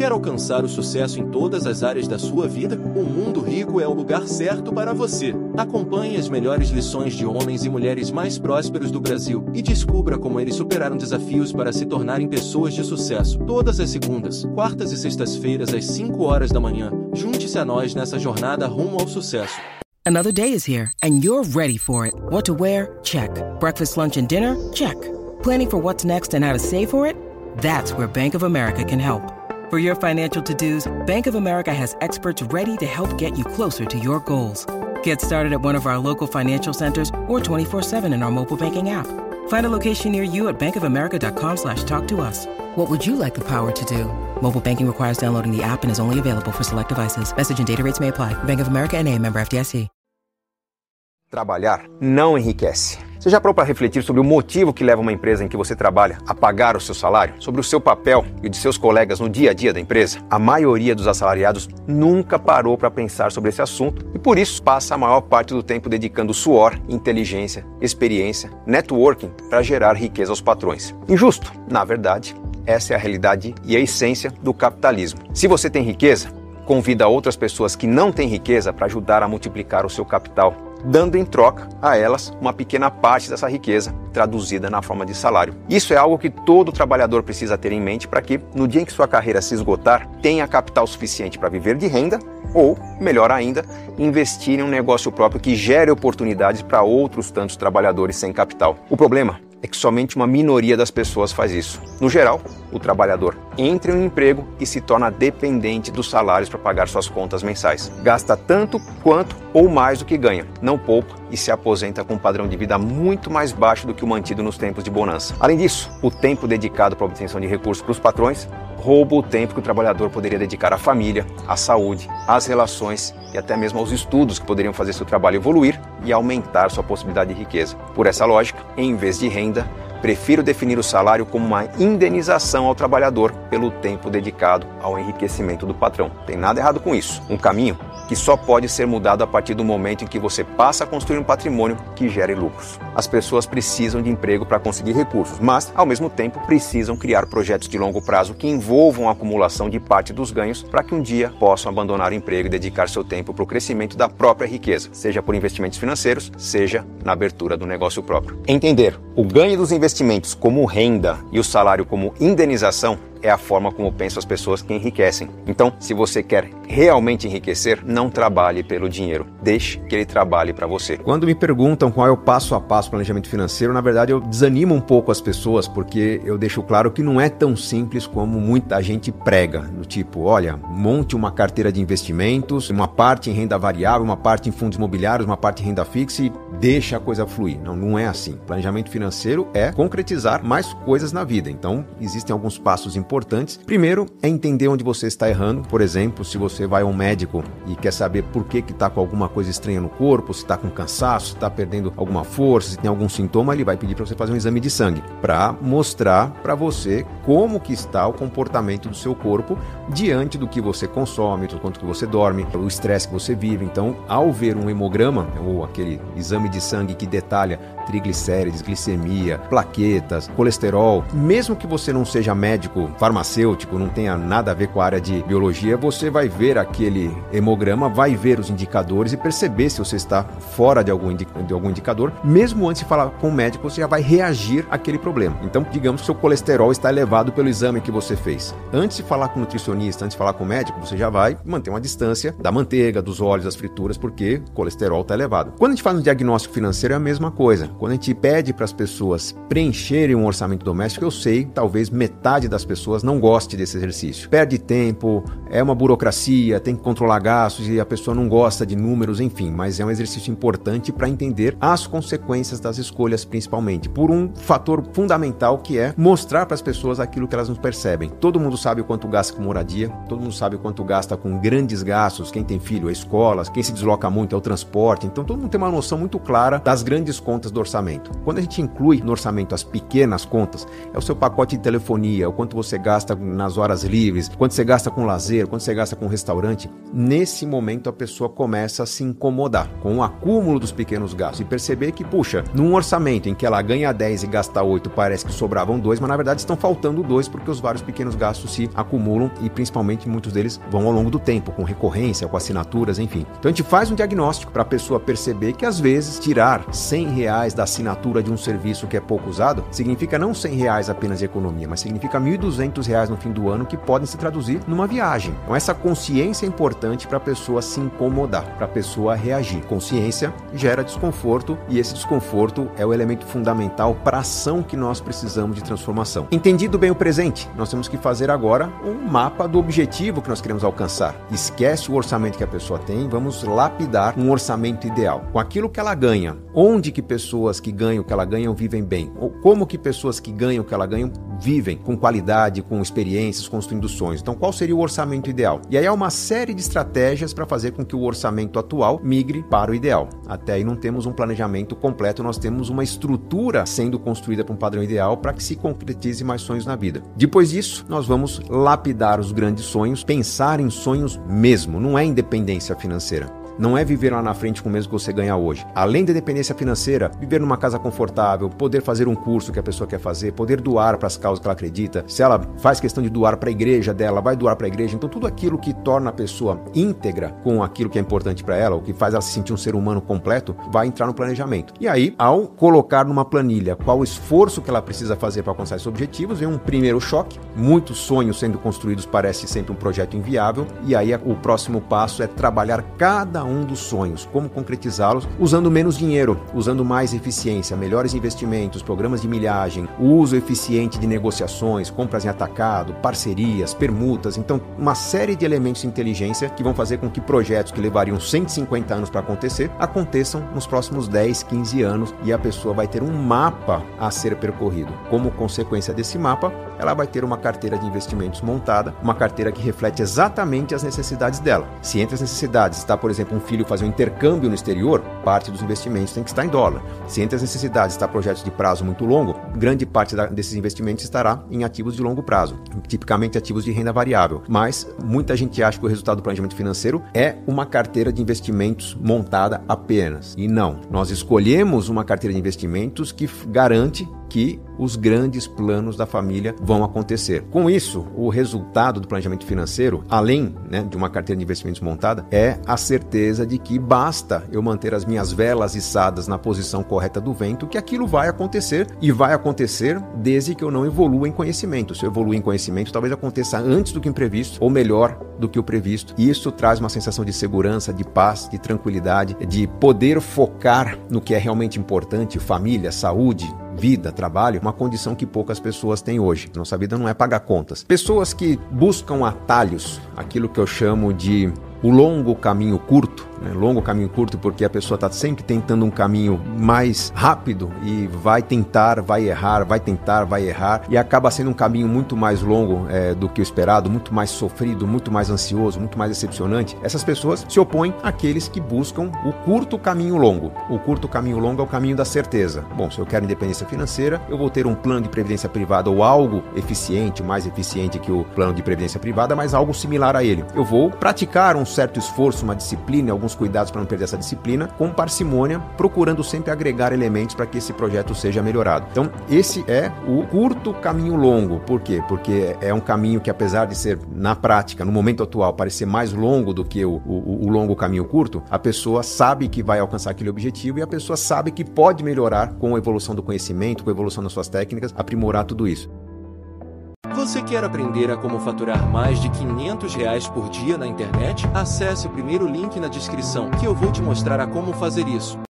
Quer alcançar o sucesso em todas as áreas da sua vida? O Mundo Rico é o lugar certo para você. Acompanhe as melhores lições de homens e mulheres mais prósperos do Brasil e descubra como eles superaram desafios para se tornarem pessoas de sucesso. Todas as segundas, quartas e sextas-feiras às 5 horas da manhã. Junte-se a nós nessa jornada rumo ao sucesso. Another day is here, and you're ready for it. What to wear? Check. Breakfast, lunch, and dinner? Check. Planning for what's next and how to save for it? That's where Bank of America can help. For your financial to-dos, Bank of America has experts ready to help get you closer to your goals. Get started at one of our local financial centers or 24/7 in our mobile banking app. Find a location near you at bankofamerica.com/talktous. What would you like the power to do? Mobile banking requires downloading the app and is only available for select devices. Message and data rates may apply. Bank of America N.A., member FDIC. Trabalhar não enriquece. Você já parou para refletir sobre o motivo que leva uma empresa em que você trabalha a pagar o seu salário? Sobre o seu papel e o de seus colegas no dia a dia da empresa? A maioria dos assalariados nunca parou para pensar sobre esse assunto e por isso passa a maior parte do tempo dedicando suor, inteligência, experiência, networking para gerar riqueza aos patrões. Injusto? Na verdade, essa é a realidade e a essência do capitalismo. Se você tem riqueza, convida outras pessoas que não têm riqueza para ajudar a multiplicar o seu capital, dando em troca a elas uma pequena parte dessa riqueza, traduzida na forma de salário. Isso é algo que todo trabalhador precisa ter em mente para que, no dia em que sua carreira se esgotar, tenha capital suficiente para viver de renda ou, melhor ainda, investir em um negócio próprio que gere oportunidades para outros tantos trabalhadores sem capital. O problema é que somente uma minoria das pessoas faz isso. No geral, o trabalhador entra em um emprego e se torna dependente dos salários para pagar suas contas mensais. Gasta tanto quanto ou mais do que ganha, não poupa e se aposenta com um padrão de vida muito mais baixo do que o mantido nos tempos de bonança. Além disso, o tempo dedicado para a obtenção de recursos para os patrões rouba o tempo que o trabalhador poderia dedicar à família, à saúde, às relações e até mesmo aos estudos que poderiam fazer seu trabalho evoluir e aumentar sua possibilidade de riqueza. Por essa lógica, em vez de renda, prefiro definir o salário como uma indenização ao trabalhador pelo tempo dedicado ao enriquecimento do patrão. Tem nada errado com isso. Um caminho que só pode ser mudado a partir do momento em que você passa a construir um patrimônio que gere lucros. As pessoas precisam de emprego para conseguir recursos, mas, ao mesmo tempo, precisam criar projetos de longo prazo que envolvam a acumulação de parte dos ganhos para que um dia possam abandonar o emprego e dedicar seu tempo para o crescimento da própria riqueza, seja por investimentos financeiros, seja na abertura do negócio próprio. Entender o ganho dos investimentos como renda e o salário como indenização é a forma como pensam as pessoas que enriquecem. Então, se você quer realmente enriquecer, não trabalhe pelo dinheiro. Deixe que ele trabalhe para você. Quando me perguntam qual é o passo a passo do planejamento financeiro, na verdade eu desanimo um pouco as pessoas, porque eu deixo claro que não é tão simples como muita gente prega. Do tipo, olha, monte uma carteira de investimentos, uma parte em renda variável, uma parte em fundos imobiliários, uma parte em renda fixa e deixa a coisa fluir. Não, não é assim. Planejamento financeiro é concretizar mais coisas na vida. Então, existem alguns passos importantes. Primeiro é entender onde você está errando. Por exemplo, se você vai a um médico e quer saber por que está com alguma coisa estranha no corpo, se está com cansaço, se está perdendo alguma força, se tem algum sintoma, ele vai pedir para você fazer um exame de sangue para mostrar para você como que está o comportamento do seu corpo diante do que você consome, do quanto que você dorme, o estresse que você vive. Então, ao ver um hemograma, ou aquele exame de sangue que detalha triglicérides, glicemia, plaquetas, colesterol, mesmo que você não seja médico, farmacêutico, não tenha nada a ver com a área de biologia, você vai ver aquele hemograma, vai ver os indicadores e perceber se você está fora de algum indicador. Mesmo antes de falar com o médico, você já vai reagir àquele problema. Então, digamos que seu colesterol está elevado pelo exame que você fez. Antes de falar com o nutricionista, antes de falar com o médico, você já vai manter uma distância da manteiga, dos óleos, das frituras, porque o colesterol está elevado. Quando a gente faz um diagnóstico financeiro, é a mesma coisa. Quando a gente pede para as pessoas preencherem um orçamento doméstico, eu sei, talvez metade das pessoas não goste desse exercício. Perde tempo, é uma burocracia, tem que controlar gastos e a pessoa não gosta de números, enfim, mas é um exercício importante para entender as consequências das escolhas, principalmente, por um fator fundamental que é mostrar para as pessoas aquilo que elas não percebem. Todo mundo sabe o quanto gasta com moradia, todo mundo sabe o quanto gasta com grandes gastos, quem tem filho é escolas, quem se desloca muito é o transporte, então todo mundo tem uma noção muito clara das grandes contas do orçamento. Quando a gente inclui no orçamento as pequenas contas, é o seu pacote de telefonia, o quanto você você gasta nas horas livres, quanto você gasta com lazer, quanto você gasta com restaurante. Nesse momento a pessoa começa a se incomodar com o acúmulo dos pequenos gastos e perceber que, puxa, num orçamento em que ela ganha 10 e gasta 8, parece que sobravam 2, mas na verdade estão faltando 2 porque os vários pequenos gastos se acumulam e principalmente muitos deles vão ao longo do tempo, com recorrência, com assinaturas, enfim. Então a gente faz um diagnóstico para a pessoa perceber que às vezes tirar R$100 da assinatura de um serviço que é pouco usado significa não R$100 apenas de economia, mas significa R$1.200 no fim do ano que podem se traduzir numa viagem. Então essa consciência é importante para a pessoa se incomodar, para a pessoa reagir. Consciência gera desconforto e esse desconforto é o elemento fundamental para a ação que nós precisamos de transformação. Entendido bem o presente, nós temos que fazer agora um mapa do objetivo que nós queremos alcançar. Esquece o orçamento que a pessoa tem, vamos lapidar um orçamento ideal. Com aquilo que ela ganha, onde que pessoas que ganham o que ela ganha vivem bem? Ou como que pessoas que ganham o que ela ganha vivem com qualidade, com experiências, construindo sonhos? Então qual seria o orçamento ideal? E aí há uma série de estratégias para fazer com que o orçamento atual migre para o ideal. Até aí não temos um planejamento completo, nós temos uma estrutura sendo construída para um padrão ideal para que se concretize mais sonhos na vida. Depois disso, nós vamos lapidar os grandes sonhos, pensar em sonhos mesmo, não é independência financeira. Não é viver lá na frente com o mesmo que você ganha hoje. Além da dependência financeira, viver numa casa confortável, poder fazer um curso que a pessoa quer fazer, poder doar para as causas que ela acredita. Se ela faz questão de doar para a igreja dela, vai doar para a igreja. Então tudo aquilo que torna a pessoa íntegra com aquilo que é importante para ela, o que faz ela se sentir um ser humano completo, vai entrar no planejamento. E aí, ao colocar numa planilha qual o esforço que ela precisa fazer para alcançar esses objetivos, vem um primeiro choque. Muitos sonhos sendo construídos parece sempre um projeto inviável. E aí o próximo passo é trabalhar cada um dos sonhos, como concretizá-los, usando menos dinheiro, usando mais eficiência, melhores investimentos, programas de milhagem, o uso eficiente de negociações, compras em atacado, parcerias, permutas. Então, uma série de elementos de inteligência que vão fazer com que projetos que levariam 150 anos para acontecer, aconteçam nos próximos 10, 15 anos e a pessoa vai ter um mapa a ser percorrido. Como consequência desse mapa, ela vai ter uma carteira de investimentos montada, uma carteira que reflete exatamente as necessidades dela. Se entre as necessidades está, por exemplo, um filho fazer um intercâmbio no exterior, parte dos investimentos tem que estar em dólar. Se entre as necessidades está projetos de prazo muito longo, grande parte desses investimentos estará em ativos de longo prazo, tipicamente ativos de renda variável. Mas muita gente acha que o resultado do planejamento financeiro é uma carteira de investimentos montada apenas. E não, nós escolhemos uma carteira de investimentos que garante que os grandes planos da família vão acontecer. Com isso, o resultado do planejamento financeiro, além de uma carteira de investimentos montada, é a certeza de que basta eu manter as minhas velas içadas na posição correta do vento, que aquilo vai acontecer e vai acontecer desde que eu não evolua em conhecimento. Se eu evoluir em conhecimento, talvez aconteça antes do que o imprevisto ou melhor do que o previsto. E isso traz uma sensação de segurança, de paz, de tranquilidade, de poder focar no que é realmente importante, família, saúde, vida, trabalho, uma condição que poucas pessoas têm hoje. Nossa vida não é pagar contas. Pessoas que buscam atalhos, aquilo que eu chamo de o longo caminho curto, longo caminho curto porque a pessoa está sempre tentando um caminho mais rápido e vai tentar, vai errar, vai tentar, vai errar e acaba sendo um caminho muito mais longo do que o esperado, muito mais sofrido, muito mais ansioso, muito mais decepcionante. Essas pessoas se opõem àqueles que buscam o curto caminho longo. O curto caminho longo é o caminho da certeza. Bom, se eu quero independência financeira, eu vou ter um plano de previdência privada ou algo eficiente, mais eficiente que o plano de previdência privada, mas algo similar a ele. Eu vou praticar um certo esforço, uma disciplina, alguns cuidados para não perder essa disciplina, com parcimônia, procurando sempre agregar elementos para que esse projeto seja melhorado. Então, esse é o curto caminho longo. Por quê? Porque é um caminho que, apesar de ser, na prática, no momento atual, parecer mais longo do que o longo caminho curto, a pessoa sabe que vai alcançar aquele objetivo e a pessoa sabe que pode melhorar com a evolução do conhecimento, com a evolução das suas técnicas, aprimorar tudo isso. Você quer aprender a como faturar mais de R$500 por dia na internet? Acesse o primeiro link na descrição que eu vou te mostrar a como fazer isso.